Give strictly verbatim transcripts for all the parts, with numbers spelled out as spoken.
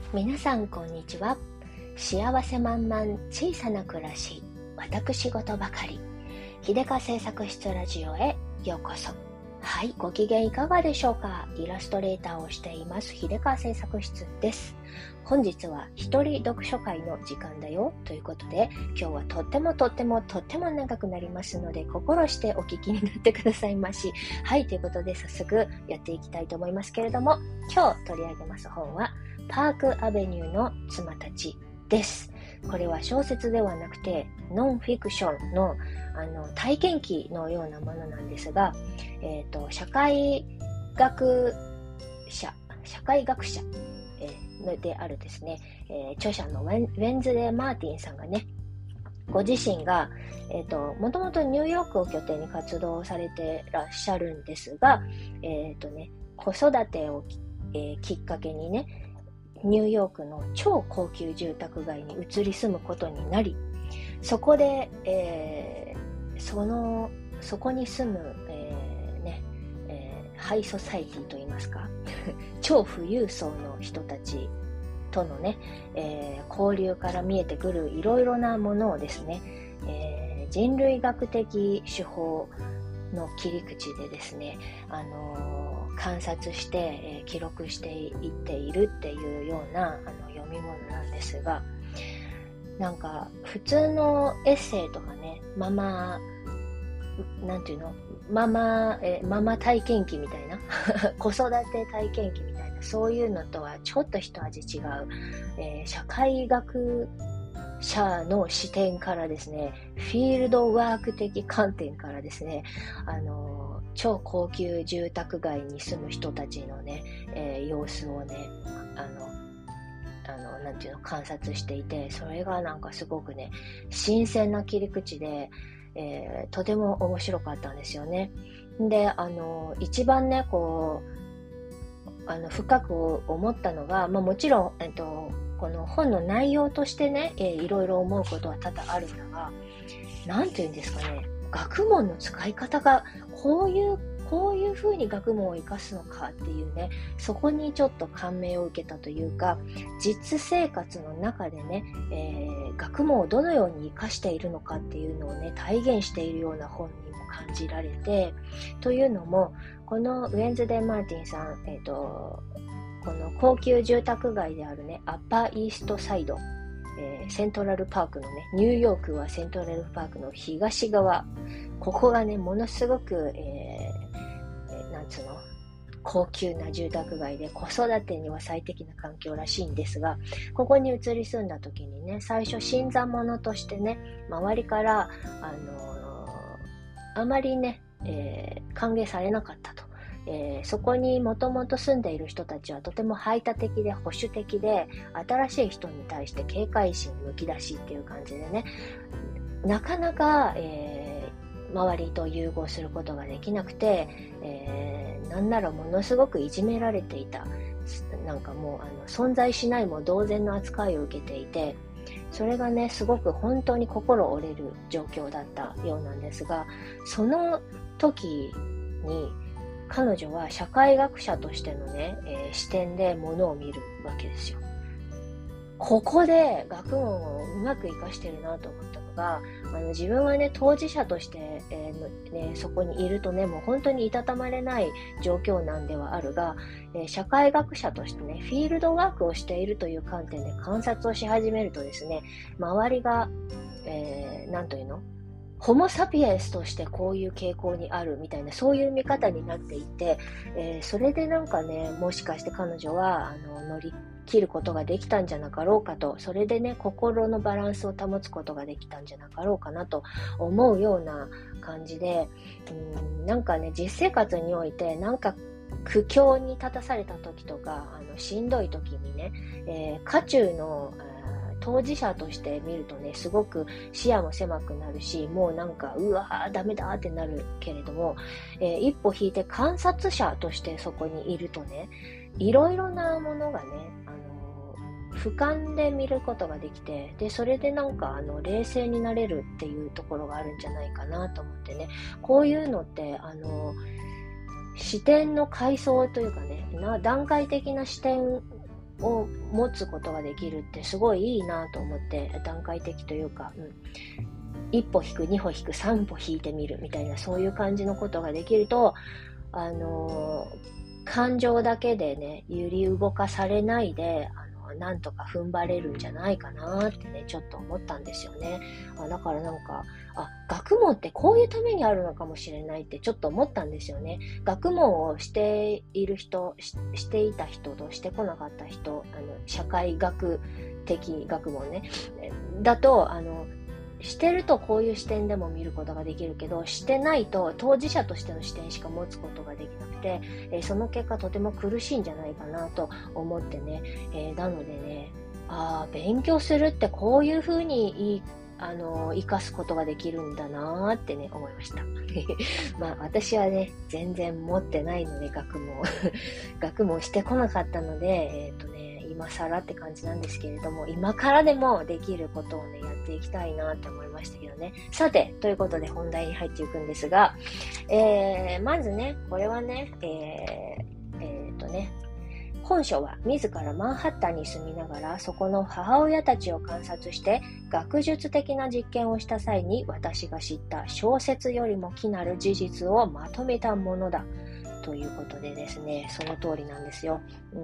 皆さんこんにちは。幸せ満々小さな暮らし、私事ばかり。秀香製作室ラジオへようこそ。はい、ご機嫌いかがでしょうか。イラストレーターをしています秀香製作室です。本日は一人読書会の時間だよということで、今日はとってもとってもとっても長くなりますので、心してお聞きになってくださいまし。はい、ということで早速やっていきたいと思いますけれども、今日取り上げます本はパークアベニューの妻たちです。これは小説ではなくてノンフィクションの、あの体験記のようなものなんですが、えーと、社会学者社会学者、えー、であるですね、えー、著者のウェン、ウェンズデー・マーティンさんがね、ご自身が、えーと、もともとニューヨークを拠点に活動されてらっしゃるんですが、えーとね、子育てを、えー、きっかけにね、ニューヨークの超高級住宅街に移り住むことになり、そこで、えー、そのそこに住む、えーねえー、ハイソサイティといいますか超富裕層の人たちとのね、えー、交流から見えてくるいろいろなものをですね、えー、人類学的手法の切り口でですね、あのー観察して、えー、記録していっているっていうようなあの読み物なんですが、なんか普通のエッセイとかね、ママなんていうのママ、えー、ママ体験記みたいな子育て体験記みたいな、そういうのとはちょっと一味違う、えー、社会学者の視点からですね、フィールドワーク的観点からですね、あのー超高級住宅街に住む人たちのね、えー、様子をね、あの、あの、なんていうの、観察していて、それがなんかすごくね、新鮮な切り口で、えー、とても面白かったんですよね。で、あの、一番ね、こう、あの、深く思ったのが、まあもちろん、えっと、この本の内容としてね、えー、いろいろ思うことは多々あるんだが、なんていうんですかね、学問の使い方がこういうこういう風に学問を生かすのかっていうね、そこにちょっと感銘を受けたというか、実生活の中でね、えー、学問をどのように生かしているのかっていうのをね、体現しているような本にも感じられて、というのも、このウェンズデー・マーティンさん、えーと、この高級住宅街であるね、アッパーイーストサイド、えー、セントラルパークのね、ニューヨークはセントラルパークの東側、ここがね、ものすごく、えーえー、なんつうの、高級な住宅街で子育てには最適な環境らしいんですが、ここに移り住んだ時にね、最初新参者としてね、周りから、あのー、あまりね、えー、歓迎されなかったと。えー、そこにもともと住んでいる人たちはとても排他的で保守的で、新しい人に対して警戒心むき出しっていう感じでね、なかなか、えー、周りと融合することができなくて、えー、なんならものすごくいじめられていた、なんかもうあの存在しないも同然の扱いを受けていて、それがね、すごく本当に心折れる状況だったようなんですが、その時に彼女は社会学者としてのね、えー、視点でものを見るわけですよ。ここで学問をうまく活かしてるなと思ったのが、あの自分はね、当事者として、えーね、そこにいるとね、もう本当にいたたまれない状況なんではあるが、えー、社会学者としてね、フィールドワークをしているという観点で観察をし始めるとですね、周りが、えー、なんというのホモ・サピエンスとしてこういう傾向にあるみたいな、そういう見方になっていて、えー、それでなんかね、もしかして彼女はあの乗り切ることができたんじゃなかろうかと、それでね、心のバランスを保つことができたんじゃなかろうかなと思うような感じで、うん、なんかね、実生活においてなんか苦境に立たされた時とか、あのしんどい時にね、えー、渦中の当事者として見るとね、すごく視野も狭くなるし、もうなんかうわーダメだってなるけれども、えー、一歩引いて観察者としてそこにいるとね、いろいろなものがね、あのー、俯瞰で見ることができて、でそれでなんかあの冷静になれるっていうところがあるんじゃないかなと思ってね、こういうのってあのー視点の階層というかね、な段階的な視点を持つことができるってすごいいいなと思って、段階的というか、うん、一歩引く、二歩引く、三歩引いてみるみたいな、そういう感じのことができると、あのー、感情だけでね、揺り動かされないで、あのー、なんとか踏ん張れるんじゃないかなってね、ちょっと思ったんですよね。あ、だからなんか、あ、学問ってこういうためにあるのかもしれないってちょっと思ったんですよね。学問をしている人、し, していた人としてこなかった人、あの、社会学的学問ね、だと、あの、してるとこういう視点でも見ることができるけど、してないと当事者としての視点しか持つことができなくて、えー、その結果とても苦しいんじゃないかなと思ってね、えー、なのでね、あー、勉強するってこういうふうにいいあの生かすことができるんだなーってね思いましたまあ私はね全然持ってないので学問学問してこなかったので、えっとね今更って感じなんですけれども、今からでもできることをねやっていきたいなって思いましたけどね。さて、ということで本題に入っていくんですが、えー、まずねこれはねえー、えー、っとね本書は自らマンハッタンに住みながらそこの母親たちを観察して学術的な実験をした際に私が知った小説よりも奇なる事実をまとめたものだということでですね、その通りなんですよ。うん、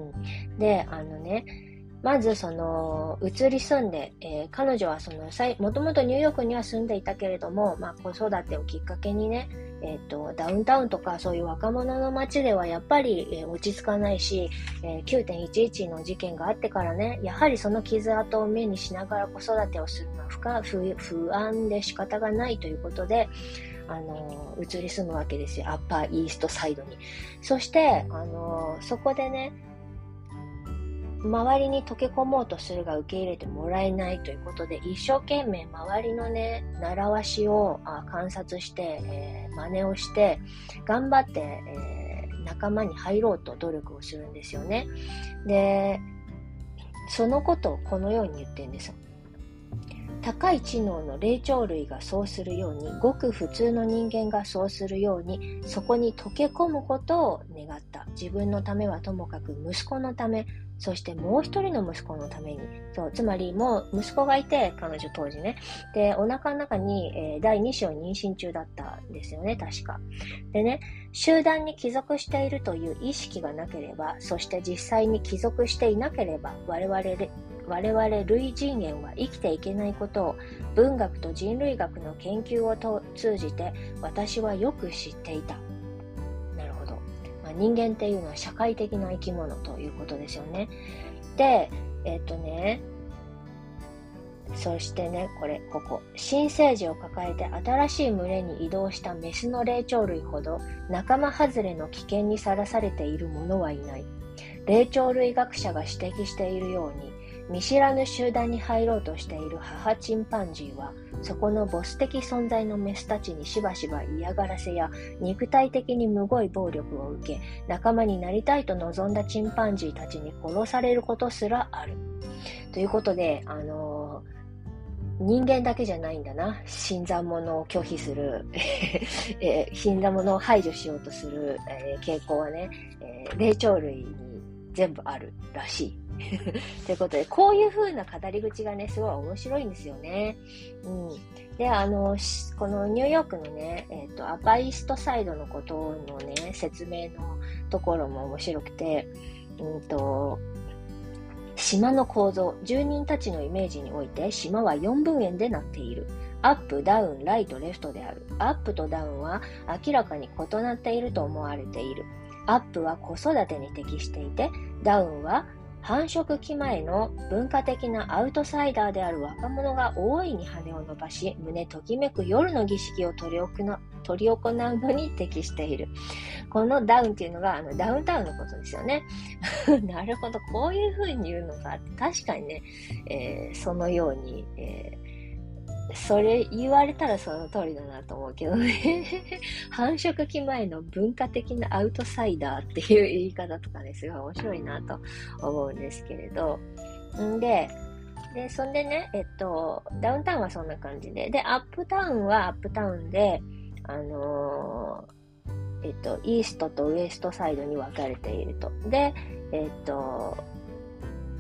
で、あのね、まずその移り住んで、えー、彼女はそのもともとニューヨークには住んでいたけれども、まあ、子育てをきっかけにね、えーと、ダウンタウンとかそういう若者の街ではやっぱり、えー、落ち着かないし、えー、きゅうてんいちいちの事件があってからね、やはりその傷跡を目にしながら子育てをするのは 不, 不安で仕方がないということで、あの移り住むわけですよ、アッパーイーストサイドに。そしてあのそこでね、周りに溶け込もうとするが受け入れてもらえないということで、一生懸命周りのね習わしをあ観察して、えー、真似をして頑張って、えー、仲間に入ろうと努力をするんですよね。で、そのことをこのように言ってるんですよ。高い知能の霊長類がそうするように、ごく普通の人間がそうするように、そこに溶け込むことを願った。自分のためはともかく息子のため、そしてもう一人の息子のために。そう、つまりもう息子がいて、彼女当時ね。で、お腹の中に、えー、だいに子を妊娠中だったんですよね、確か。でね、集団に帰属しているという意識がなければ、そして実際に帰属していなければ、我々我々類人猿は生きていけないことを文学と人類学の研究を通じて私はよく知っていた。なるほど。まあ、人間っていうのは社会的な生き物ということですよね。で、えっとね、そしてね、これ、ここ。新生児を抱えて新しい群れに移動したメスの霊長類ほど仲間外れの危険にさらされている者はいない。霊長類学者が指摘しているように、見知らぬ集団に入ろうとしている母チンパンジーは、そこのボス的存在のメスたちにしばしば嫌がらせや肉体的にむごい暴力を受け、仲間になりたいと望んだチンパンジーたちに殺されることすらある。ということで、あのー、人間だけじゃないんだな。死んだものを拒否する、えー、死んだものを排除しようとする、えー、傾向はね、えー、霊長類に全部あるらしい。ということで、こういう風な語り口がね、すごい面白いんですよね。うん。で、あの、このニューヨークのね、えっと、アパイストサイドのことのね、説明のところも面白くて、うんと、島の構造、住人たちのイメージにおいて、島はよんぶんえんでなっている。アップ、ダウン、ライト、レフトである。アップとダウンは明らかに異なっていると思われている。アップは子育てに適していて、ダウンは繁殖期前の文化的なアウトサイダーである若者が大いに羽を伸ばし、胸ときめく夜の儀式を執り行う、執り行うのに適している。このダウンっていうのがあのダウンタウンのことですよね。なるほど、こういう風に言うのか。確かにね、えー、そのように、えーそれ言われたらその通りだなと思うけどね。繁殖期前の文化的なアウトサイダーっていう言い方とかね、すごい面白いなと思うんですけれど。んで、で、そんでね、えっと、ダウンタウンはそんな感じで、で、アップタウンはアップタウンで、あのー、えっと、イーストとウエストサイドに分かれていると。で、えっと、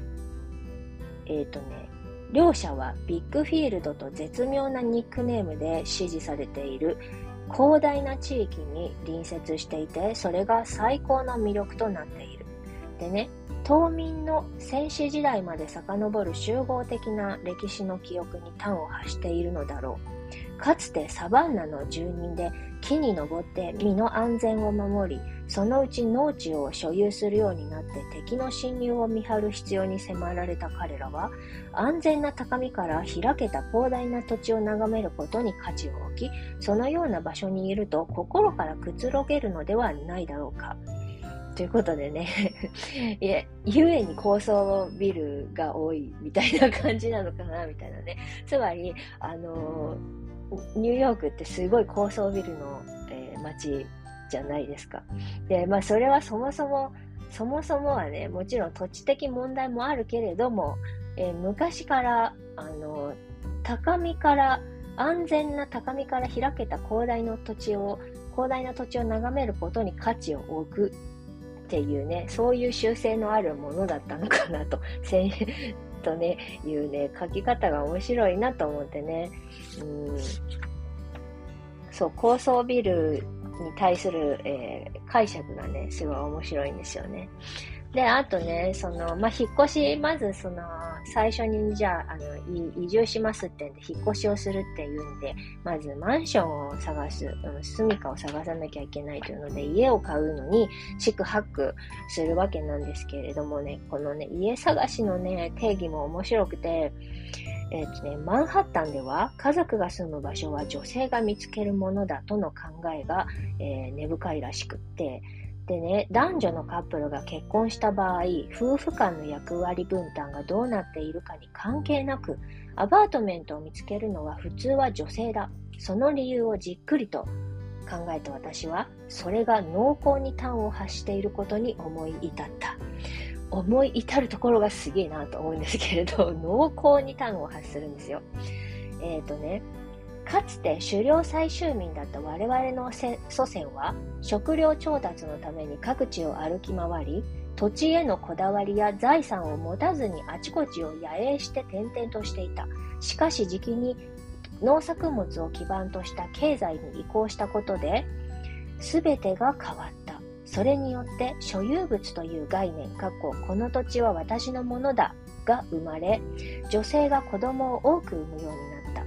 えっとね、両者はビッグフィールドと絶妙なニックネームで支持されている広大な地域に隣接していて、それが最高の魅力となっている。でね、島民の戦死時代まで遡る集合的な歴史の記憶に端を発しているのだろう。かつてサバンナの住人で木に登って身の安全を守り、そのうち農地を所有するようになって敵の侵入を見張る必要に迫られた彼らは、安全な高みから開けた広大な土地を眺めることに価値を置き、そのような場所にいると心からくつろげるのではないだろうか。ということでねいえ、ゆえに高層ビルが多いみたいな感じなのかなみたいなね。つまり、あのー、ニューヨークってすごい高層ビルの、えー、街じゃないですか。で、まあそれはそもそも、そもそもはね、もちろん土地的問題もあるけれども、えー、昔から、あのー、高みから、安全な高みから開けた広大な土地を、広大な土地を眺めることに価値を置くっていうね、そういう習性のあるものだったのかなと、せんとね、いうね、書き方が面白いなと思ってね。うん、そう、高層ビルに対する、えー、解釈がね、すごい面白いんですよね。で、あとね、その、まあ、引っ越し、まずその、最初にじゃあ、あの、移住しますってんで、引っ越しをするっていうんで、まずマンションを探す、うん、住みかを探さなきゃいけないというので、家を買うのに、宿泊するわけなんですけれどもね、このね、家探しのね、定義も面白くて、えっとね、マンハッタンでは、家族が住む場所は女性が見つけるものだとの考えが、えー、根深いらしくって、でね、男女のカップルが結婚した場合、夫婦間の役割分担がどうなっているかに関係なく、アパートメントを見つけるのは普通は女性だ。その理由をじっくりと考えた私は、それが濃厚に端を発していることに思い至った。思い至るところがすげえなと思うんですけれど、濃厚に端を発するんですよ。えっとね、かつて狩猟採集民だった我々の祖先は食料調達のために各地を歩き回り、土地へのこだわりや財産を持たずにあちこちを野営して転々としていた。しかし時期に農作物を基盤とした経済に移行したことで全てが変わった。それによって所有物という概念、この土地は私のものだが生まれ、女性が子供を多く産むようになった。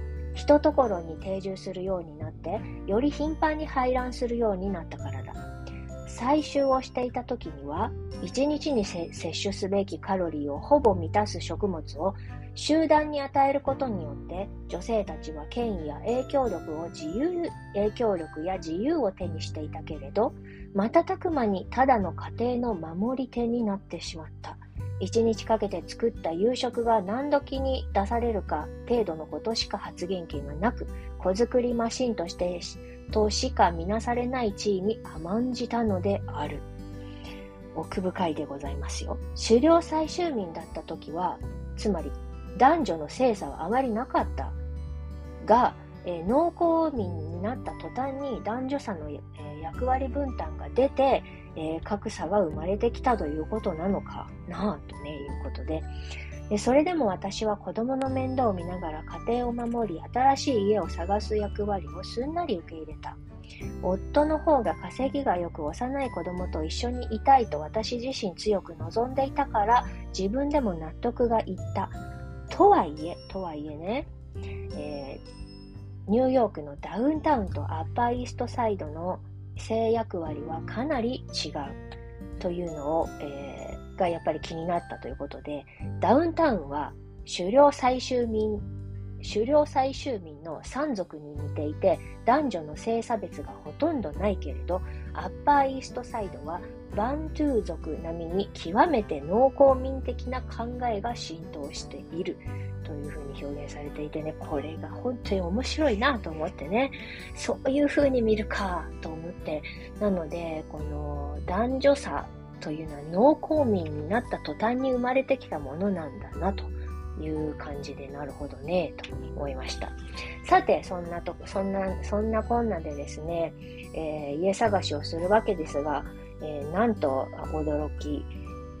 ひとところに定住するようになって、より頻繁に排卵するようになったからだ。採集をしていた時には、いちにちに摂取すべきカロリーをほぼ満たす食物を集団に与えることによって、女性たちは権威や影響力を自由、影響力や自由を手にしていたけれど、瞬く間にただの家庭の守り手になってしまった。一日かけて作った夕食が何時に出されるか程度のことしか発言権がなく、子作りマシンとしてとしか見なされない地位に甘んじたのである。奥深いでございますよ。狩猟採集民だった時は、つまり男女の性差はあまりなかったが、えー、農耕民になった途端に男女差の、えー、役割分担が出て、えー、格差が生まれてきたということなのかなとね、いうことで、でそれでも私は子供の面倒を見ながら家庭を守り、新しい家を探す役割をすんなり受け入れた。夫の方が稼ぎがよく幼い子供と一緒にいたいと私自身強く望んでいたから、自分でも納得がいった。とはいえ、とはいえね、えー、ニューヨークのダウンタウンとアッパーイーストサイドの性役割はかなり違うというのを、えー、がやっぱり気になったということで、ダウンタウンは狩猟採集民狩猟採集民の三族に似ていて、男女の性差別がほとんどないけれど、アッパーイーストサイドはバントゥー族並みに極めて農耕民的な考えが浸透しているというふうに表現されていてね、これが本当に面白いなと思ってね、そういうふうに見るかと思って、なのでこの男女差というのは農耕民になった途端に生まれてきたものなんだなという感じで、なるほどねと思いました。さて、そんなとこそんなそんなこんなでですね、えー、家探しをするわけですが、えー、なんと驚き、え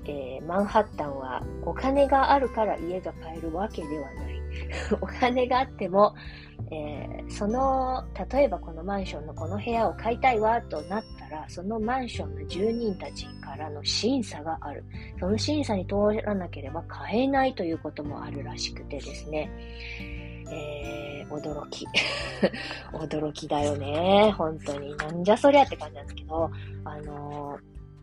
えー、マンハッタンはお金があるから家が買えるわけではない。お金があっても、えー、その、例えばこのマンションのこの部屋を買いたいわとなったら、そのマンションの住人たちからの審査がある。その審査に通らなければ買えないということもあるらしくてですね。えー、驚き。驚きだよね。本当に。なんじゃそりゃって感じなんですけど、あの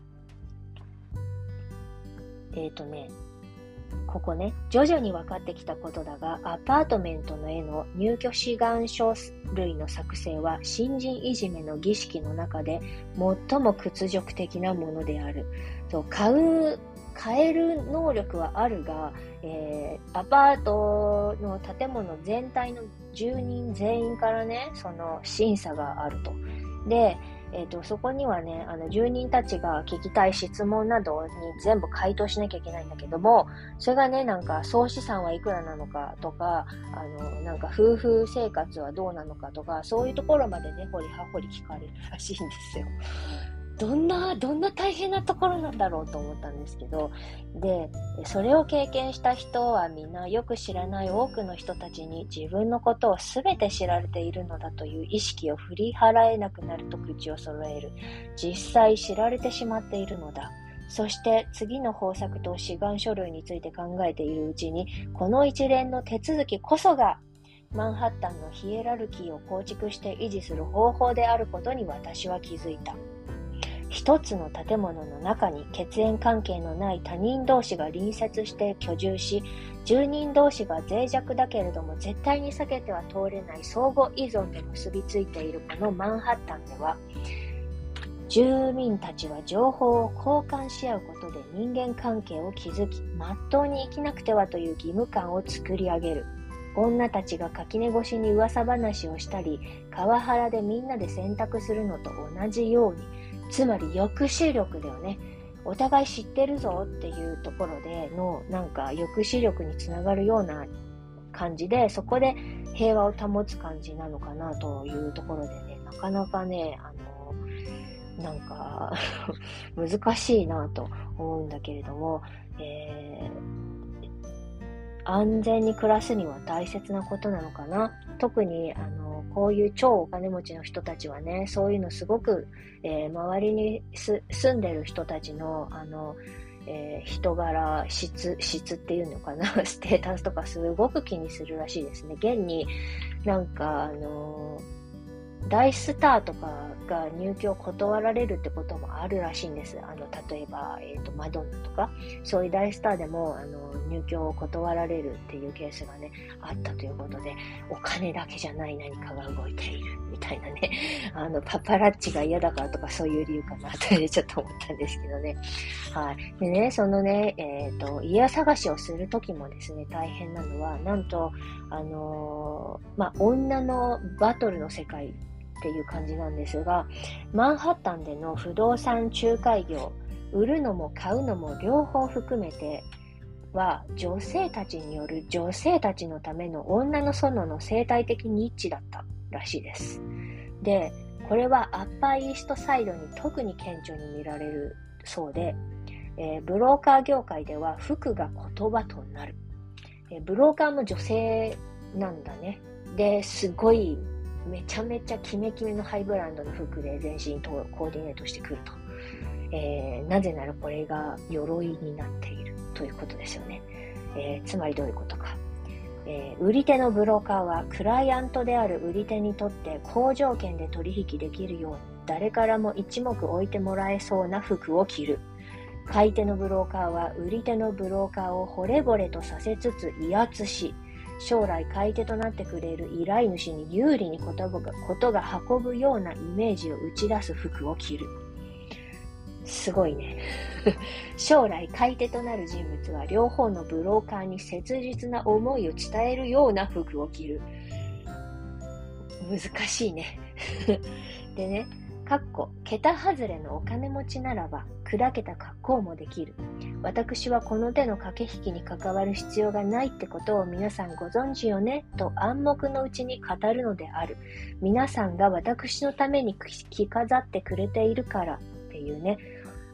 ー、えっとね、ここね、徐々に分かってきたことだが、アパートメントの絵の入居志願書類の作成は新人いじめの儀式の中で最も屈辱的なものである。そう、買う、買える能力はあるが、えー、アパートの建物全体の住人全員からね、その審査があると。で、えーと、そこにはね、あの住人たちが聞きたい質問などに全部回答しなきゃいけないんだけども、それがね、なんか総資産はいくらなのかとか、あのなんか夫婦生活はどうなのかとか、そういうところまでね、掘り葉掘り聞かれるらしいんですよ。どんな、どんな大変なところなんだろうと思ったんですけど、で、それを経験した人はみんなよく知らない多くの人たちに自分のことを全て知られているのだという意識を振り払えなくなると口を揃える。実際知られてしまっているのだ。そして次の方策と志願書類について考えているうちに、この一連の手続きこそがマンハッタンのヒエラルキーを構築して維持する方法であることに私は気づいた。一つの建物の中に血縁関係のない他人同士が隣接して居住し、住人同士が脆弱だけれども絶対に避けては通れない相互依存で結びついているこのマンハッタンでは、住民たちは情報を交換し合うことで人間関係を築き、まっとうに生きなくてはという義務感を作り上げる。女たちが垣根越しに噂話をしたり、川原でみんなで洗濯するのと同じように、つまり抑止力だよね。お互い知ってるぞっていうところでのなんか抑止力につながるような感じで、そこで平和を保つ感じなのかなというところでね、なかなかね、あのなんか難しいなと思うんだけれども、えー、安全に暮らすには大切なことなのかな。特にあのこういう超お金持ちの人たちはね、そういうのすごく、えー、周りにす住んでる人たちのあの、えー、人柄、質、質っていうのかな、ステータスとかすごく気にするらしいですね。現になんかあの大スターとかが入居を断られるってこともあるらしいんです。あの例えば、えーと、マドンナとかそういう大スターでもあの入居を断られるっていうケースがねあったということで、お金だけじゃない何かが動いているみたいなね、あのパパラッチが嫌だからとかそういう理由かなってちょっと思ったんですけどね。はい。でね、そのね、えーと、家探しをするときもですね、大変なのは、なんと、あのー、まあ、女のバトルの世界っていう感じなんですが、マンハッタンでの不動産仲介業、売るのも買うのも両方含めては女性たちによる女性たちのための女の園の生態的ニッチだったらしいです。で、これはアッパーイーストサイドに特に顕著に見られるそうで、えー、ブローカー業界では服が言葉となる。えー、ブローカーも女性なんだね。で、すごいめちゃめちゃキメキメのハイブランドの服で全身とコーディネートしてくると、えー、なぜならこれが鎧になっているということですよね。えー、つまりどういうことか、えー、売り手のブローカーはクライアントである売り手にとって好条件で取引できるように誰からも一目置いてもらえそうな服を着る。買い手のブローカーは売り手のブローカーを惚れ惚れとさせつつ威圧し、将来買い手となってくれる依頼主に有利にことが、ことが運ぶようなイメージを打ち出す服を着る。すごいね。将来買い手となる人物は両方のブローカーに切実な思いを伝えるような服を着る。難しいね。でね、かっこ桁外れのお金持ちならば砕けた格好もできる。私はこの手の駆け引きに関わる必要がないってことを皆さんご存知よねと暗黙のうちに語るのである。皆さんが私のために着飾ってくれているからっていうね、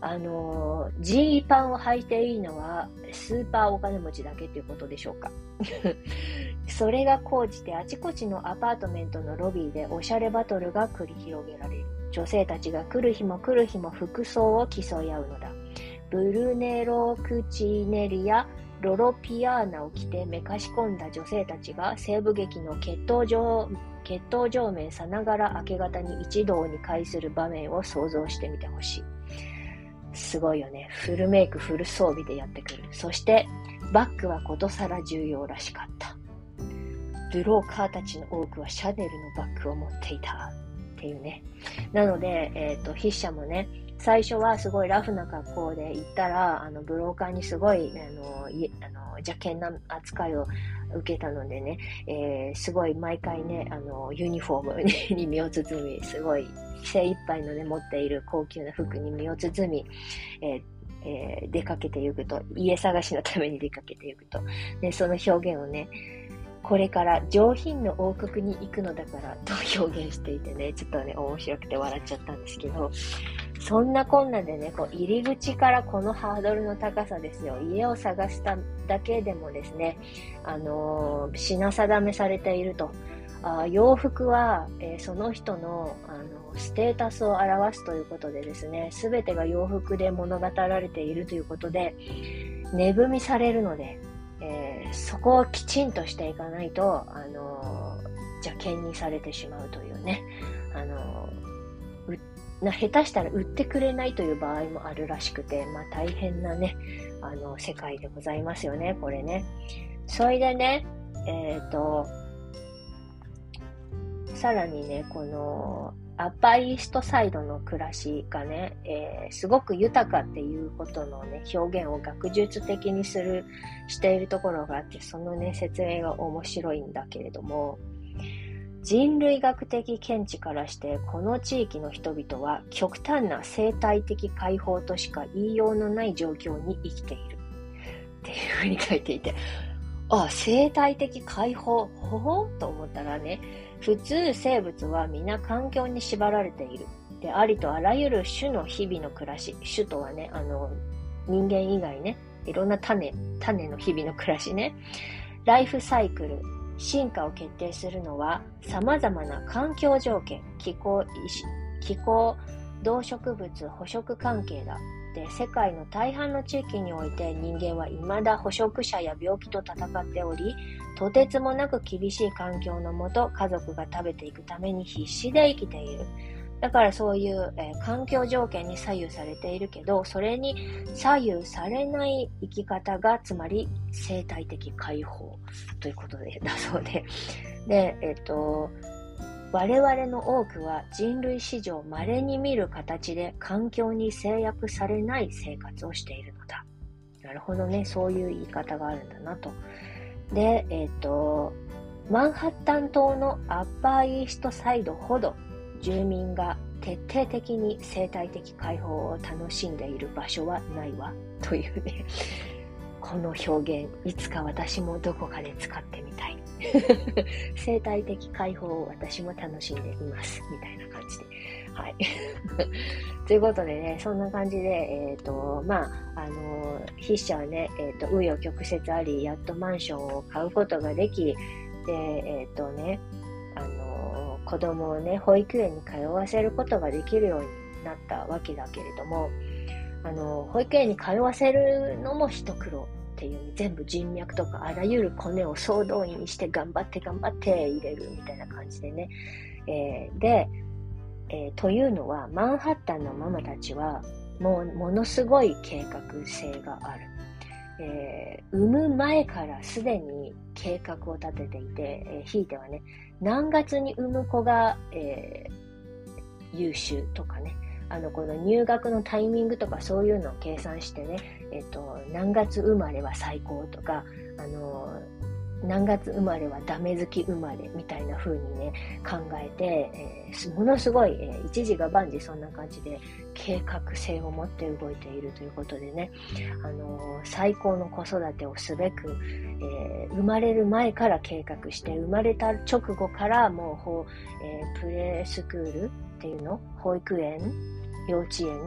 あのー、ジーパンを履いていいのはスーパーお金持ちだけということでしょうか。それが高じてあちこちのアパートメントのロビーでおしゃれバトルが繰り広げられる。女性たちが来る日も来る日も服装を競い合うのだ。ブルネロクチネリやロロピアーナを着てめかし込んだ女性たちが西部劇の決闘場決闘場面さながら明け方に一堂に会する場面を想像してみてほしい。すごいよね。フルメイク、フル装備でやってくる。そして、バッグはことさら重要らしかった。ブローカーたちの多くはシャネルのバッグを持っていた。っていうね。なので、えっと、筆者もね、最初はすごいラフな格好で行ったら、あの、ブローカーにすごい、あの、いあの邪険な扱いを受けたのでね、えー、すごい毎回ね、あの、ユニフォームに身を包み、すごい精一杯のね、持っている高級な服に身を包み、えーえー、出かけていくと、家探しのために出かけていくと、で、その表現をね、これから上品の王国に行くのだからと表現していてね、ちょっとね、面白くて笑っちゃったんですけど、そんなこんなでね、こう入り口からこのハードルの高さですよ。家を探しただけでもですね、あのー、品定めされていると。あ洋服は、えー、その人の、あのステータスを表すということでですね、すべてが洋服で物語られているということで、値踏みされるので、えー、そこをきちんとしていかないと、あのー、邪険にされてしまうというね、あのー、な下手したら売ってくれないという場合もあるらしくて、まあ大変なね、あの世界でございますよね、これね。それでね、えっと、さらにね、このアッパーイーストサイドの暮らしがね、えー、すごく豊かっていうことのね、表現を学術的にする、しているところがあって、そのね、説明が面白いんだけれども、人類学的見地からして、この地域の人々は極端な生態的解放としか言いようのない状況に生きている。っていうふうに書いていて、あ、生態的解放、ほほと思ったらね、普通生物は皆環境に縛られている。で、ありとあらゆる種の日々の暮らし、種とはね、あの、人間以外ね、いろんな種、種の日々の暮らしね、ライフサイクル、進化を決定するのは様々な環境条件、気候、気候、動植物、捕食関係だ。で、世界の大半の地域において人間は未だ捕食者や病気と戦っており、とてつもなく厳しい環境のもと家族が食べていくために必死で生きている。だからそういう、えー、環境条件に左右されているけど、それに左右されない生き方が、つまり生態的解放ということでだそうで。で、えっと、我々の多くは人類史上稀に見る形で環境に制約されない生活をしているのだ。なるほどね。そういう言い方があるんだなと。で、えっと、マンハッタン島のアッパーイーストサイドほど住民が徹底的に生態的解放を楽しんでいる場所はないわ。というね。この表現、いつか私もどこかで使ってみたい。生態的解放を私も楽しんでいます。みたいな感じで。はい。ということでね、そんな感じで、えっと、まあ、あの、筆者はね、えっと、紆余曲折あり、やっとマンションを買うことができ、で、えっとね、あの、子供をね、保育園に通わせることができるようになったわけだけれども、あの、保育園に通わせるのも一苦労。っていう全部人脈とかあらゆるコネを総動員して頑張って頑張って入れるみたいな感じでね。えー、で、えー、というのはマンハッタンのママたちはもうものすごい計画性がある。えー、産む前からすでに計画を立てていて、えー、ひいてはね、何月に産む子が、えー、優秀とかね、あの、この入学のタイミングとかそういうのを計算してね、えっと、何月生まれは最高とか、あの、何月生まれはダメ好き生まれみたいな風にね、考えて、えー、ものすごい、えー、一時が万事そんな感じで計画性を持って動いているということでね、あのー、最高の子育てをすべく、えー、生まれる前から計画して、生まれた直後からもう、えー、プレスクールっていうの、保育園、幼稚園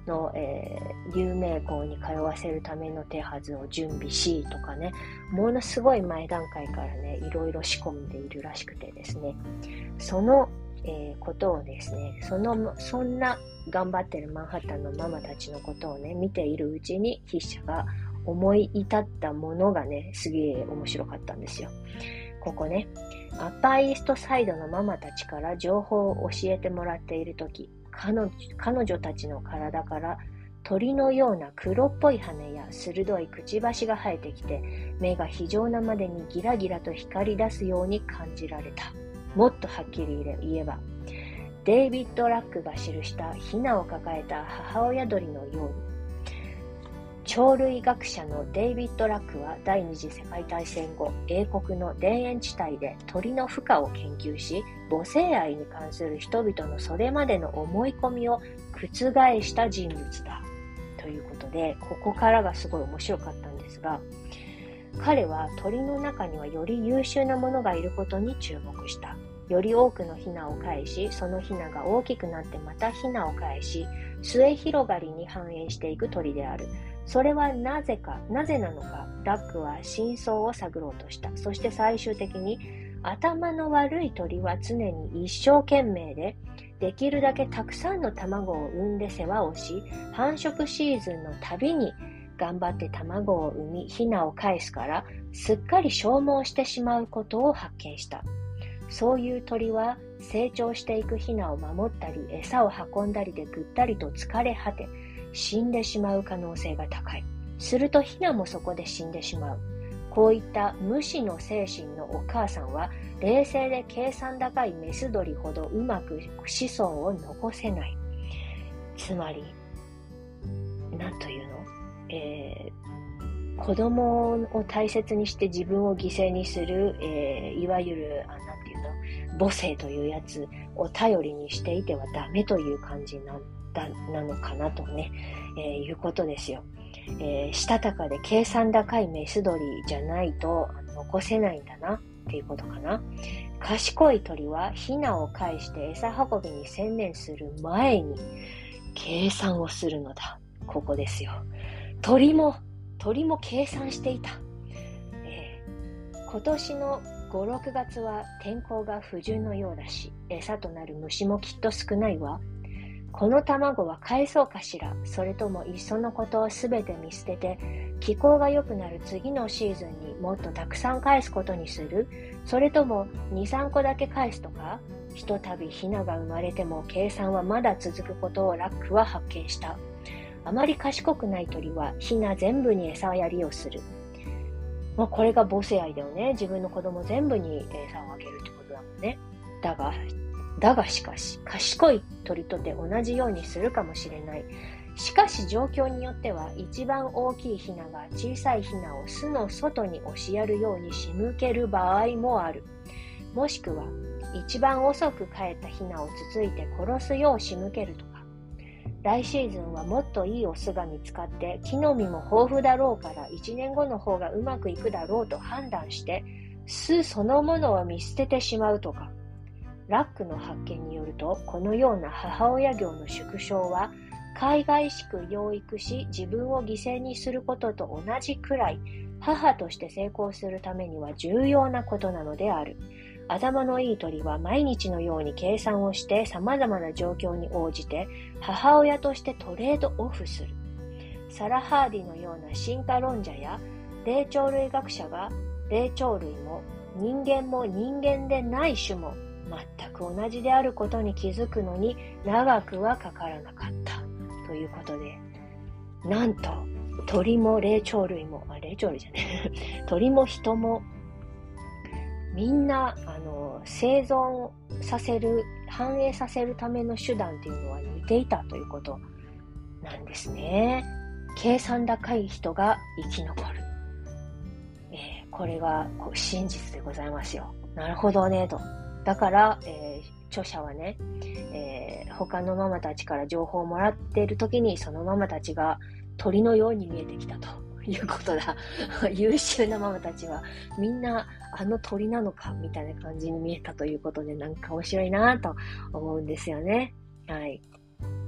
の、えー、有名校に通わせるための手はずを準備しとかね、ものすごい前段階からね、いろいろ仕込んでいるらしくてですね、その、えー、ことをですね、その、そんな頑張ってるマンハッタンのママたちのことをね、見ているうちに筆者が思い至ったものがね、すげえ面白かったんですよ。ここね、アッパーイーストサイドのママたちから情報を教えてもらっているとき、彼女、彼女たちの体から鳥のような黒っぽい羽や鋭いくちばしが生えてきて、目が非常なまでにギラギラと光り出すように感じられた。もっとはっきり言えば、デイビッド・ラックが記したヒナを抱えた母親鳥のように、鳥類学者のデイビッド・ラックは第二次世界大戦後、英国の田園地帯で鳥の孵化を研究し、母性愛に関する人々のそれまでの思い込みを覆した人物だ。ということで、ここからがすごい面白かったんですが、彼は鳥の中にはより優秀なものがいることに注目した。より多くのヒナを返し、そのヒナが大きくなってまたヒナを返し、末広がりに繁栄していく鳥である。それはなぜか、なぜなのか、ラックは真相を探ろうとした。そして最終的に、頭の悪い鳥は常に一生懸命で、できるだけたくさんの卵を産んで世話をし、繁殖シーズンのたびに頑張って卵を産み、ヒナを返すから、すっかり消耗してしまうことを発見した。そういう鳥は成長していくヒナを守ったり、餌を運んだりでぐったりと疲れ果て、死んでしまう可能性が高い。するとヒナもそこで死んでしまう。こういった無視の精神のお母さんは、冷静で計算高いメス鳥ほどうまく子孫を残せない。つまり、なんというの、えー、子供を大切にして自分を犠牲にする、えー、いわゆる、あ、なんていうの、母性というやつを頼りにしていてはダメという感じなんだなのかなとね、えー、いうことですよ。えー、したたかで計算高いメス鳥じゃないと残せないんだなっていうことかな。賢い鳥はヒナを介して餌運びに専念する前に計算をするのだ。ここですよ。鳥も鳥も計算していた。えー、今年のご、ろくがつは天候が不順のようだし、餌となる虫もきっと少ないわ。この卵は返そうかしら、それともいっそのことをすべて見捨てて、気候が良くなる次のシーズンにもっとたくさん返すことにする？それともに、さんこだけ返すとか？ひとたびヒナが生まれても計算はまだ続くことをラックは発見した。あまり賢くない鳥はヒナ全部に餌やりをする。まあ、これが母性愛だよね。自分の子供全部に餌をあげるってことだもんね。だが、だがしかし、賢い鳥とて同じようにするかもしれない。しかし状況によっては、一番大きいヒナが小さいヒナを巣の外に押しやるように仕向ける場合もある。もしくは、一番遅く帰ったヒナをつついて殺すよう仕向けるとか。来シーズンはもっといいオスが見つかって、木の実も豊富だろうからいちねんごの方がうまくいくだろうと判断して、巣そのものを見捨ててしまうとか。ラックの発見によると、このような母親業の縮小は、海外しく養育し自分を犠牲にすることと同じくらい、母として成功するためには重要なことなのである。頭のいい鳥は毎日のように計算をして様々な状況に応じて母親としてトレードオフする。サラ・ハーディのような進化論者や霊長類学者が霊長類も人間も人間でない種も全く同じであることに気づくのに長くはかからなかったということで、なんと鳥も霊長類も、あ、霊長類じゃね鳥も人もみんなあの生存させる、繁栄させるための手段っていうのは似ていたということなんですね。計算高い人が生き残る、えー、これがこう真実でございますよ。なるほどねと。だから、えー、著者はね、えー、他のママたちから情報をもらっているときにそのママたちが鳥のように見えてきたということだ。優秀なママたちはみんなあの鳥なのかみたいな感じに見えたということで、なんか面白いなと思うんですよね。はい。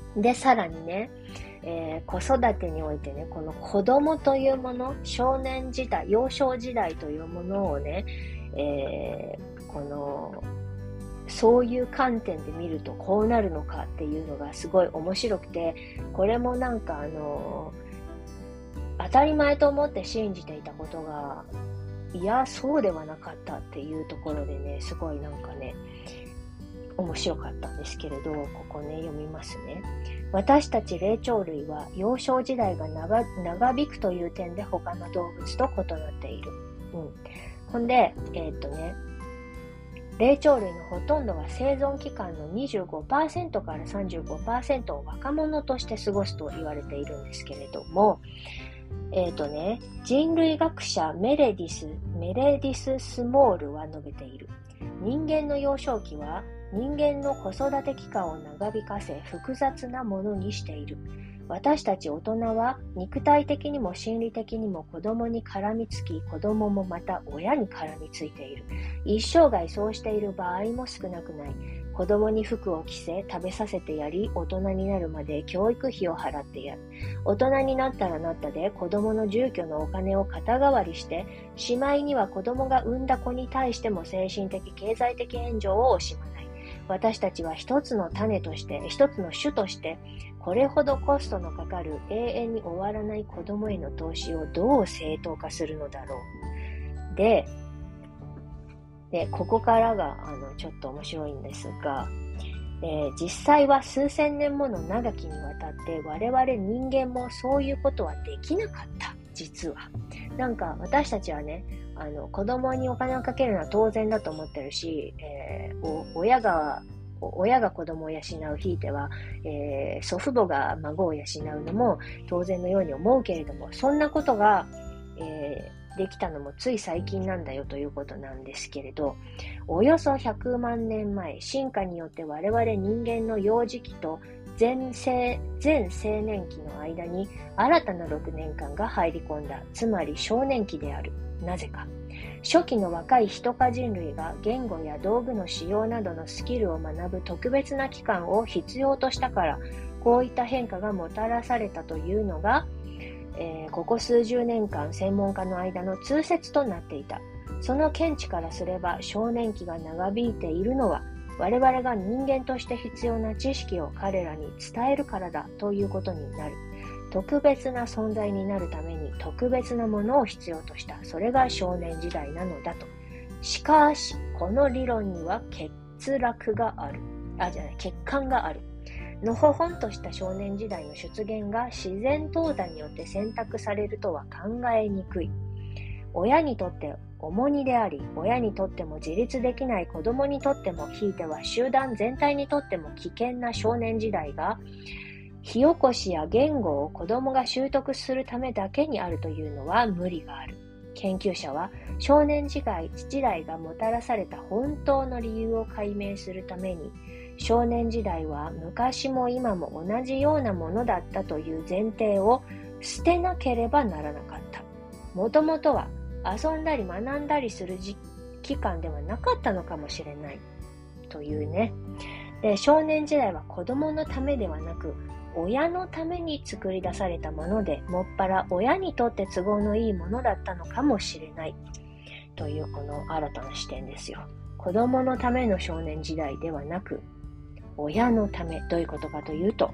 で、さらにね、えー、子育てにおいてね、この子供というもの、少年時代、幼少時代というものをね、えー、この、そういう観点で見るとこうなるのかっていうのがすごい面白くて、これもなんかあの、当たり前と思って信じていたことが、いや、そうではなかったっていうところでね、すごいなんかね、面白かったんですけれど、ここね、読みますね。私たち霊長類は幼少時代が 長, 長引くという点で他の動物と異なっている。うん。ほんで、えーっとね、霊長類のほとんどは生存期間の にじゅうごパーセント から さんじゅうごパーセント を若者として過ごすと言われているんですけれども、えーとね、人類学者メレディス、メレディス・スモールは述べている。人間の幼少期は人間の子育て期間を長引かせ複雑なものにしている。私たち大人は肉体的にも心理的にも子供に絡みつき、子供もまた親に絡みついている。一生涯そうしている場合も少なくない。子供に服を着せ、食べさせてやり、大人になるまで教育費を払ってやる。大人になったらなったで子供の住居のお金を肩代わりして、しまいには子供が産んだ子に対しても精神的経済的援助を惜しまない。私たちは一つの種として、一つの種として、これほどコストのかかる永遠に終わらない子供への投資をどう正当化するのだろう。で、でここからがあのちょっと面白いんですが、えー、実際は数千年もの長きにわたって我々人間もそういうことはできなかった。実はなんか私たちはね、あの子供にお金をかけるのは当然だと思ってるし、えー、お親が親が子供を養う、ひいては、えー、祖父母が孫を養うのも当然のように思うけれども、そんなことが、えー、できたのもつい最近なんだよということなんですけれど、およそひゃくまんねんまえ、進化によって我々人間の幼児期と全成、全青年期の間に新たなろくねんかんが入り込んだ。つまり少年期である。なぜか。初期の若いヒト科人類が言語や道具の使用などのスキルを学ぶ特別な期間を必要としたから、こういった変化がもたらされたというのが、えー、ここ数十年間専門家の間の通説となっていた。その見地からすれば少年期が長引いているのは我々が人間として必要な知識を彼らに伝えるからだということになる。特別な存在になるために特別なものを必要とした。それが少年時代なのだと。しかし、この理論には欠落がある。あ、じゃない、欠陥がある。のほほんとした少年時代の出現が自然淘汰によって選択されるとは考えにくい。親にとって重荷であり、親にとっても自立できない子供にとっても、ひいては集団全体にとっても危険な少年時代が、火起こしや言語を子供が習得するためだけにあるというのは無理がある。研究者は少年時代、時代がもたらされた本当の理由を解明するために、少年時代は昔も今も同じようなものだったという前提を捨てなければならなかった。もともとは遊んだり学んだりする期間ではなかったのかもしれないというね。で、少年時代は子供のためではなく親のために作り出されたもので、もっぱら親にとって都合のいいものだったのかもしれないというこの新たな視点ですよ。子供のための少年時代ではなく親のため。どういうことかというと、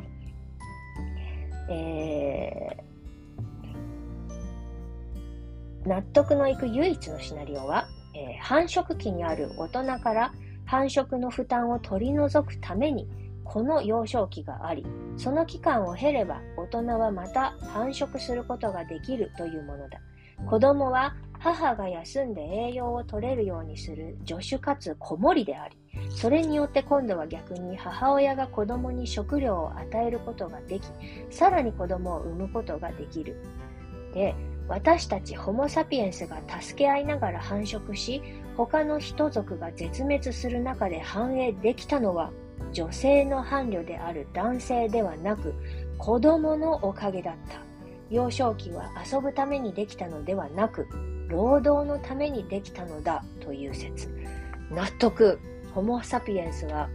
えー、納得のいく唯一のシナリオは、えー、繁殖期にある大人から繁殖の負担を取り除くためにこの幼少期があり、その期間を経れば大人はまた繁殖することができるというものだ。子供は母が休んで栄養を取れるようにする助手かつ子守であり、それによって今度は逆に母親が子供に食料を与えることができ、さらに子供を産むことができる。で、私たちホモサピエンスが助け合いながら繁殖し、他の人族が絶滅する中で繁栄できたのは、女性の伴侶である男性ではなく子供のおかげだった。幼少期は遊ぶためにできたのではなく労働のためにできたのだという説。納得。ホモサピエンスは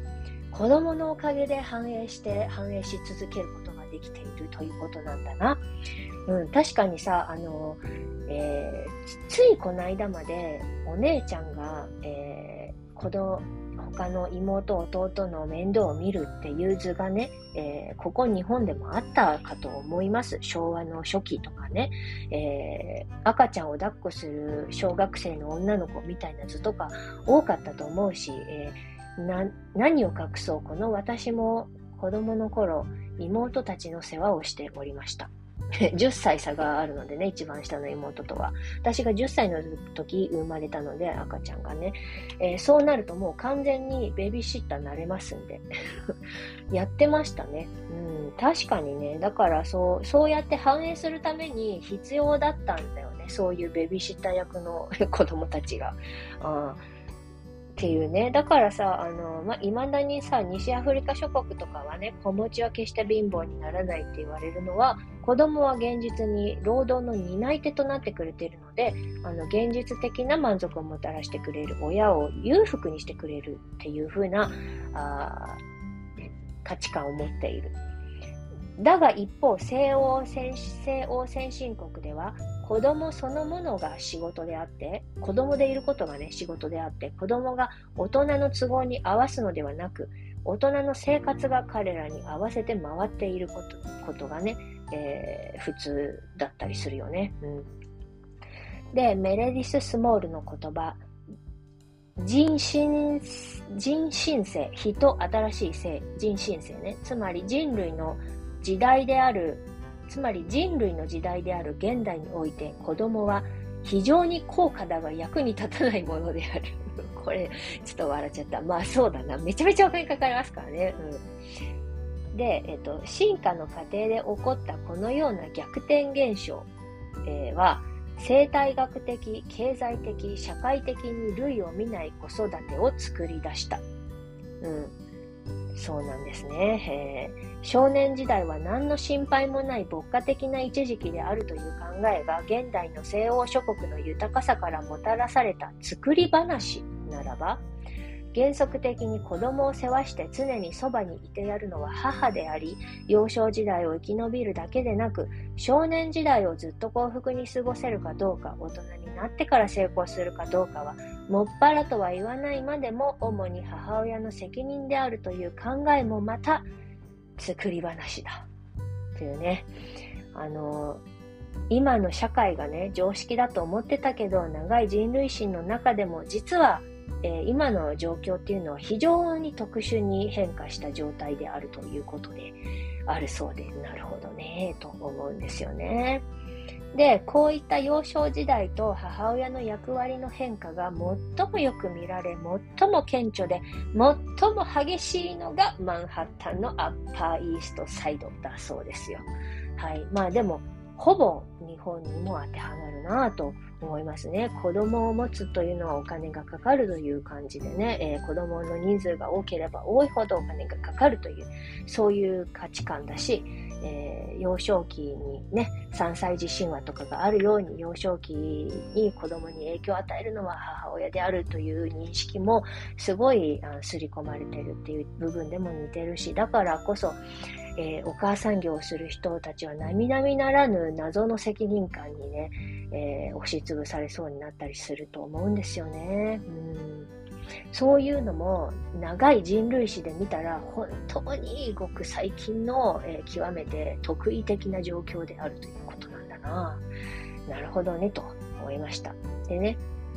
子供のおかげで繁栄して繁栄し続けることができているということなんだな。うん、確かにさ、あの、えー、ついこの間までお姉ちゃんが、えー、子供他の妹弟の面倒を見るっていう図がね、えー、ここ日本でもあったかと思います。昭和の初期とかね、えー、赤ちゃんを抱っこする小学生の女の子みたいな図とか多かったと思うし、えー、な何を隠そう、この私も子供の頃妹たちの世話をしておりました。じゅっさい差があるのでね、一番下の妹とは。私がじゅっさいの時生まれたので、赤ちゃんがね。えー、そうなるともう完全にベビーシッターになれますんで。やってましたね。うん、確かにね。だからそう、そうやって反映するために必要だったんだよね。そういうベビーシッター役の子供たちが。あっていうね。だからさ、あの、まあ、未だにさ、西アフリカ諸国とかはね、子持ちは決して貧乏にならないって言われるのは、子供は現実に労働の担い手となってくれているので、あの、現実的な満足をもたらしてくれる、親を裕福にしてくれるっていう風な、あ価値観を持っている。だが一方、西欧先、西欧先進国では、子供そのものが仕事であって、子供でいることがね、仕事であって、子供が大人の都合に合わすのではなく、大人の生活が彼らに合わせて回っていること、ことがね、えー、普通だったりするよね。うん、で、メレディス・スモールの言葉、人新、人新世、人新しい世、人新世ね。つまり人類の時代である、つまり人類の時代である現代において子供は非常に高価だが役に立たないものである。これ、ちょっと笑っちゃった。まあそうだな。めちゃめちゃお金かかりますからね。うん、で、えっと、進化の過程で起こったこのような逆転現象、えー、は、生態学的、経済的、社会的に類を見ない子育てを作り出した。うん。そうなんですね。えー、少年時代は何の心配もない牧歌的な一時期であるという考えが現代の西欧諸国の豊かさからもたらされた作り話ならば、原則的に子供を世話して常にそばにいてやるのは母であり、幼少時代を生き延びるだけでなく、少年時代をずっと幸福に過ごせるかどうか、大人になってから成功するかどうかは、もっぱらとは言わないまでも主に母親の責任であるという考えもまた作り話だ。というね、あの今の社会がね、常識だと思ってたけど、長い人類史の中でも実はえー、今の状況っていうのは非常に特殊に変化した状態であるということであるそうで、なるほどねと思うんですよね。で、こういった幼少時代と母親の役割の変化が最もよく見られ、最も顕著で最も激しいのがマンハッタンのアッパーイーストサイドだそうですよ。はい。まあでもほぼ日本にも当てはまるなぁと思いますね。子供を持つというのはお金がかかるという感じでね、えー、子供の人数が多ければ多いほどお金がかかるという、そういう価値観だし、えー、幼少期にね、さんさい児神話とかがあるように、幼少期に子供に影響を与えるのは母親であるという認識もすごい刷り込まれてるっていう部分でも似てるし、だからこそ、えー、お母さん業をする人たちは並々ならぬ謎の責任感にね、えー、押しつぶされそうになったりすると思うんですよね。うん、そういうのも長い人類史で見たら本当にごく最近の、えー、極めて特異的な状況であるということなんだな。なるほどねと思いました。でね、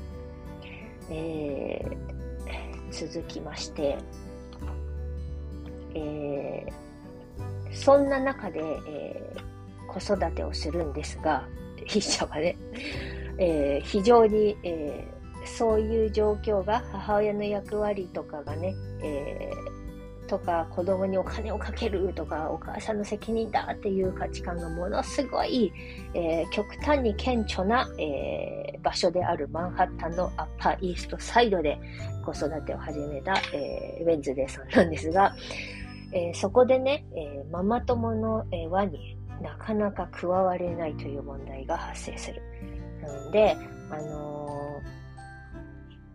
えー、続きまして、えーそんな中で、えー、子育てをするんですが、筆者はね、えー、非常に、えー、そういう状況が母親の役割とかがね、えー、とか子供にお金をかけるとかお母さんの責任だっていう価値観がものすごい、えー、極端に顕著な、えー、場所であるマンハッタンのアッパーイーストサイドで子育てを始めた、えー、ウェンズデーさんなんですが、えー、そこでね、えー、ママ友の、えー、輪になかなか加われないという問題が発生する。なので、あのー、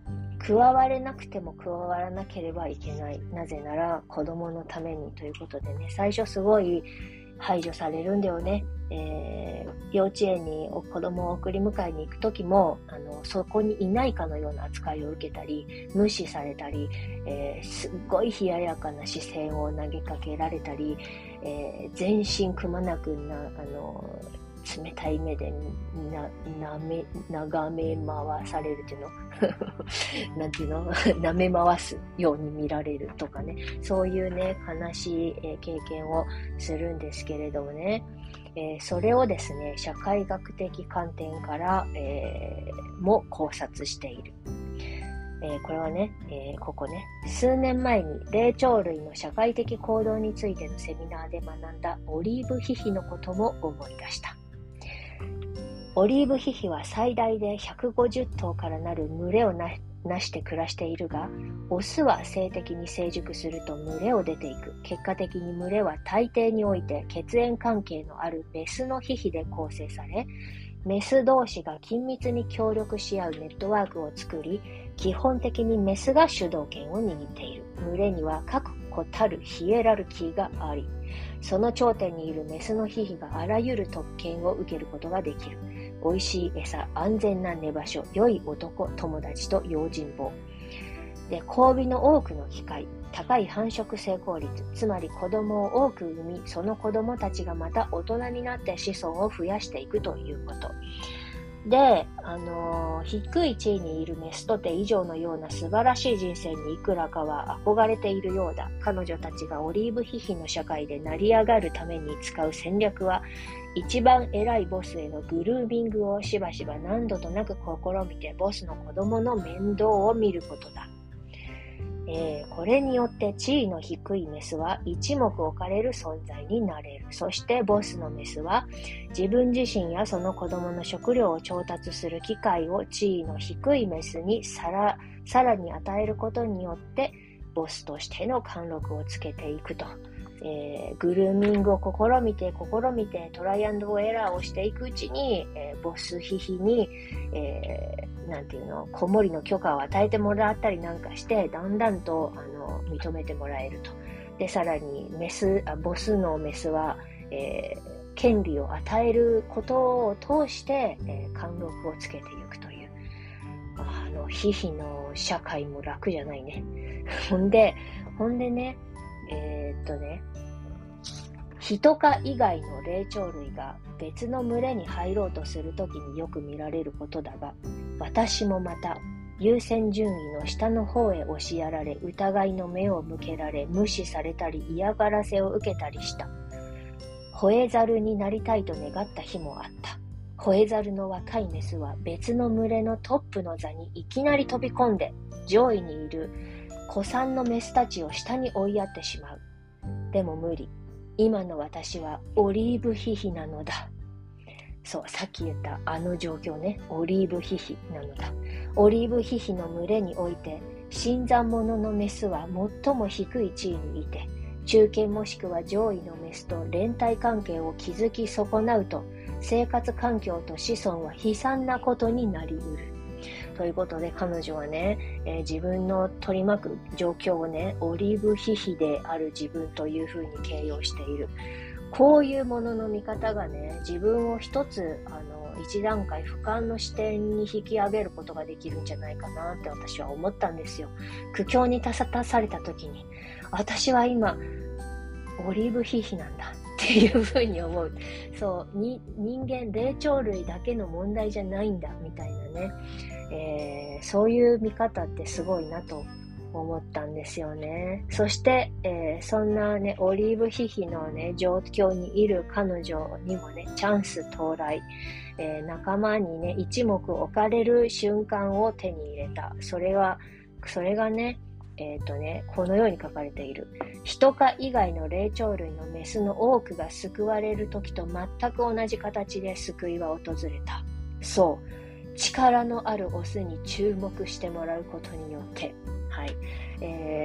加われなくても加わらなければいけない。なぜなら子供のためにということでね、最初すごい排除されるんだよね。えー、幼稚園に子供を送り迎えに行くときも、あの、そこにいないかのような扱いを受けたり、無視されたり、えー、すっごい冷ややかな視線を投げかけられたり、えー、全身くまなくな、あの、冷たい目でな、なめ、眺め回されるっていうのなんていうの舐め回すように見られるとかね、そういうね、悲しい、えー、経験をするんですけれどもね、えー、それをですね、社会学的観点から、えー、も考察している。えー、これはね、えー、ここね、数年前に霊長類の社会的行動についてのセミナーで学んだオリーブヒヒのことも思い出した。オリーブヒヒは最大でひゃくごじゅっとうからなる群れをななして暮らしているが、オスは性的に成熟すると群れを出ていく。結果的に群れは大抵において血縁関係のあるメスのヒヒで構成され、メス同士が緊密に協力し合うネットワークを作り、基本的にメスが主導権を握っている。群れには確固たるヒエラルキーがあり、その頂点にいるメスのヒヒがあらゆる特権を受けることができる。美味しい餌、安全な寝場所、良い男、友達と用心棒。で、交尾の多くの機会、高い繁殖成功率、つまり子供を多く産み、その子供たちがまた大人になって子孫を増やしていくということ。で、あのー、低い地位にいるメスとテ以上のような素晴らしい人生にいくらかは憧れているようだ。彼女たちがオリーブヒヒの社会で成り上がるために使う戦略は、一番偉いボスへのグルーミングをしばしば何度となく試みてボスの子供の面倒を見ることだ。えー、これによって地位の低いメスは一目置かれる存在になれる。そしてボスのメスは自分自身やその子供の食料を調達する機会を地位の低いメスにさら、さらに与えることによってボスとしての貫禄をつけていくと。えー、グルーミングを試みて試みてトライアンドエラーをしていくうちに、えー、ボスヒヒに、えー、なんていうの、子守の許可を与えてもらったりなんかして、だんだんとあの認めてもらえると。で、さらにメス、あボスのメスは、えー、権利を与えることを通して、えー、貫禄をつけていくという。あの、ヒヒの社会も楽じゃないね。ほんで、ほんでね、えー、っとね、人科以外の霊長類が別の群れに入ろうとするときによく見られることだが、私もまた優先順位の下の方へ押しやられ、疑いの目を向けられ、無視されたり嫌がらせを受けたりした。吠え猿になりたいと願った日もあった。吠え猿の若いメスは別の群れのトップの座にいきなり飛び込んで、上位にいる子さんのメスたちを下に追いやってしまう。でも無理。今の私はオリーブヒヒなのだ。そう、さっき言ったあの状況ね。オリーブヒヒなのだ。オリーブヒヒの群れにおいて、新参者のメスは最も低い地位にいて、中堅もしくは上位のメスと連帯関係を築き損なうと、生活環境と子孫は悲惨なことになりうる。ということで彼女はね、えー、自分の取り巻く状況をね、オリーブヒヒである自分というふうに形容している。こういうものの見方がね、自分を一つ、あの、一段階俯瞰の視点に引き上げることができるんじゃないかなって私は思ったんですよ。苦境に立たされた時に、私は今、オリーブヒヒなんだっていうふうに思う。そう、に人間、霊長類だけの問題じゃないんだみたいなね。えー、そういう見方ってすごいなと思ったんですよね。そして、えー、そんなね、オリーブヒヒのね、状況にいる彼女にもね、チャンス到来、えー、仲間にね、一目置かれる瞬間を手に入れた。それは、それがね、えっとね、このように書かれている。人科以外の霊長類のメスの多くが救われる時と全く同じ形で救いは訪れた。そう。力のあるオスに注目してもらうことによって、はい、え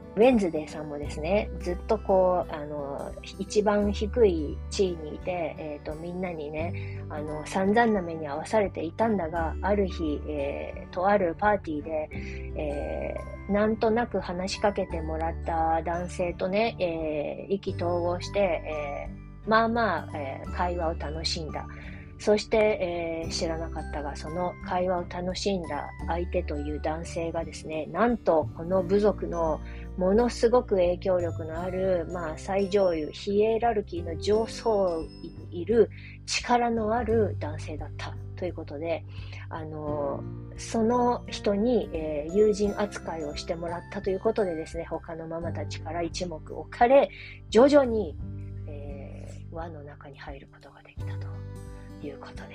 ウェンズデーさんもですね、ずっとこう、あの、一番低い地位にいて、えっと、みんなにね、あの、散々な目に遭わされていたんだが、ある日、えー、とあるパーティーで、えー、なんとなく話しかけてもらった男性とね、えー、意気投合して、えー、まあまあ、えー、会話を楽しんだ。そして、えー、知らなかったが、その会話を楽しんだ相手という男性がですね、なんとこの部族のものすごく影響力のある、まあ、最上位、ヒエラルキーの上層にいる力のある男性だったということで、あのその人に、えー、友人扱いをしてもらったということでですね、他のママたちから一目置かれ、徐々に、えー、輪の中に入ることができたということで、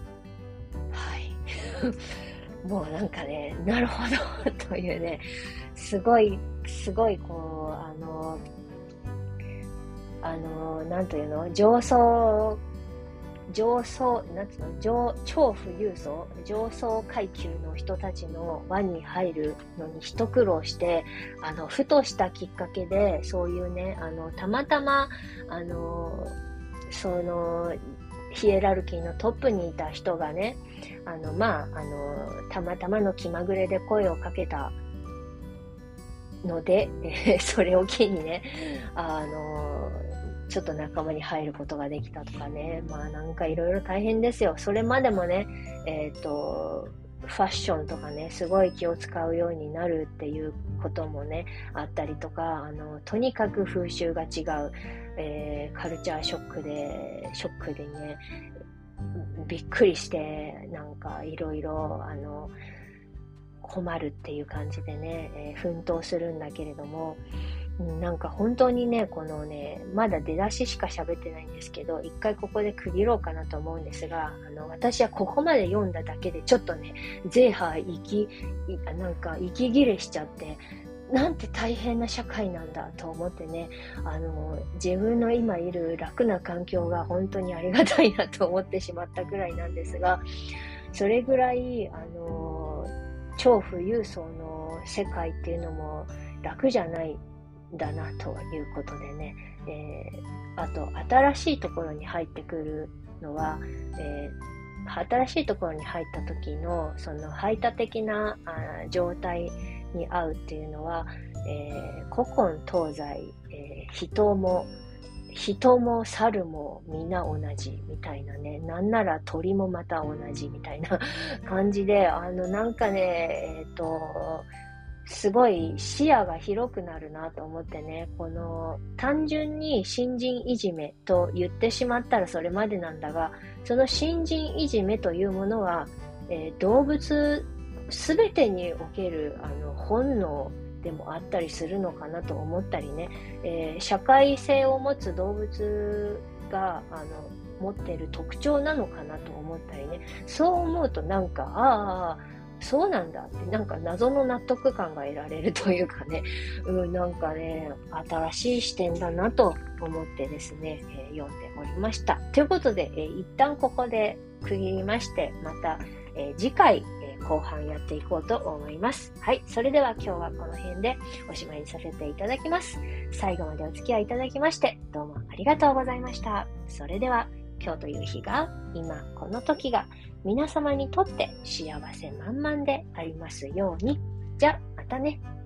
はいもうなんかね、なるほどというね、すごいすごいこうあのあのなんというの、上層上層なんつうの上超富裕層上層階級の人たちの輪に入るのに一苦労して、あのふとしたきっかけでそういうね、あのたまたまあのそのヒエラルキーのトップにいた人がね、あのまああのたまたまの気まぐれで声をかけたので、えー、それを機にね、あのちょっと仲間に入ることができたとかね、まあなんかいろいろ大変ですよ。それまでもね、えっとファッションとかね、すごい気を使うようになるっていうこともねあったりとか、あのとにかく風習が違う、えー、カルチャーショックでショックでね、びっくりしてなんかいろいろあの困るっていう感じでね、えー、奮闘するんだけれども、なんか本当にね、このね、まだ出だししか喋ってないんですけど、一回ここで区切ろうかなと思うんですが、あの、私はここまで読んだだけでちょっとね、ゼーハー息、なんか息切れしちゃって、なんて大変な社会なんだと思ってね、あの、自分の今いる楽な環境が本当にありがたいなと思ってしまったくらいなんですが、それぐらい、あの、超富裕層の世界っていうのも楽じゃないだなということでね、えー、あと新しいところに入ってくるのは、えー、新しいところに入った時のその排他的なあ状態に合うっていうのは、えー、古今東西、えー、人も人も猿も皆同じみたいなね、なんなら鳥もまた同じみたいな感じで、あのなんかね、えっとすごい視野が広くなるなと思ってね、この単純に新人いじめと言ってしまったらそれまでなんだが、その新人いじめというものは、えー、動物すべてにおけるあの本能でもあったりするのかなと思ったりね、えー、社会性を持つ動物があの持っている特徴なのかなと思ったりね、そう思うとなんか、ああそうなんだってなんか謎の納得感が得られるというかね、うん、なんかね新しい視点だなと思ってですね、えー、読んでおりました。ということで、えー、一旦ここで区切りまして、また、えー、次回、えー、後半やっていこうと思います。はい、それでは今日はこの辺でおしまいにさせていただきます。最後までお付き合いいただきましてどうもありがとうございました。それでは今日という日が、今この時が皆様にとって幸せ満々でありますように。じゃあまたね。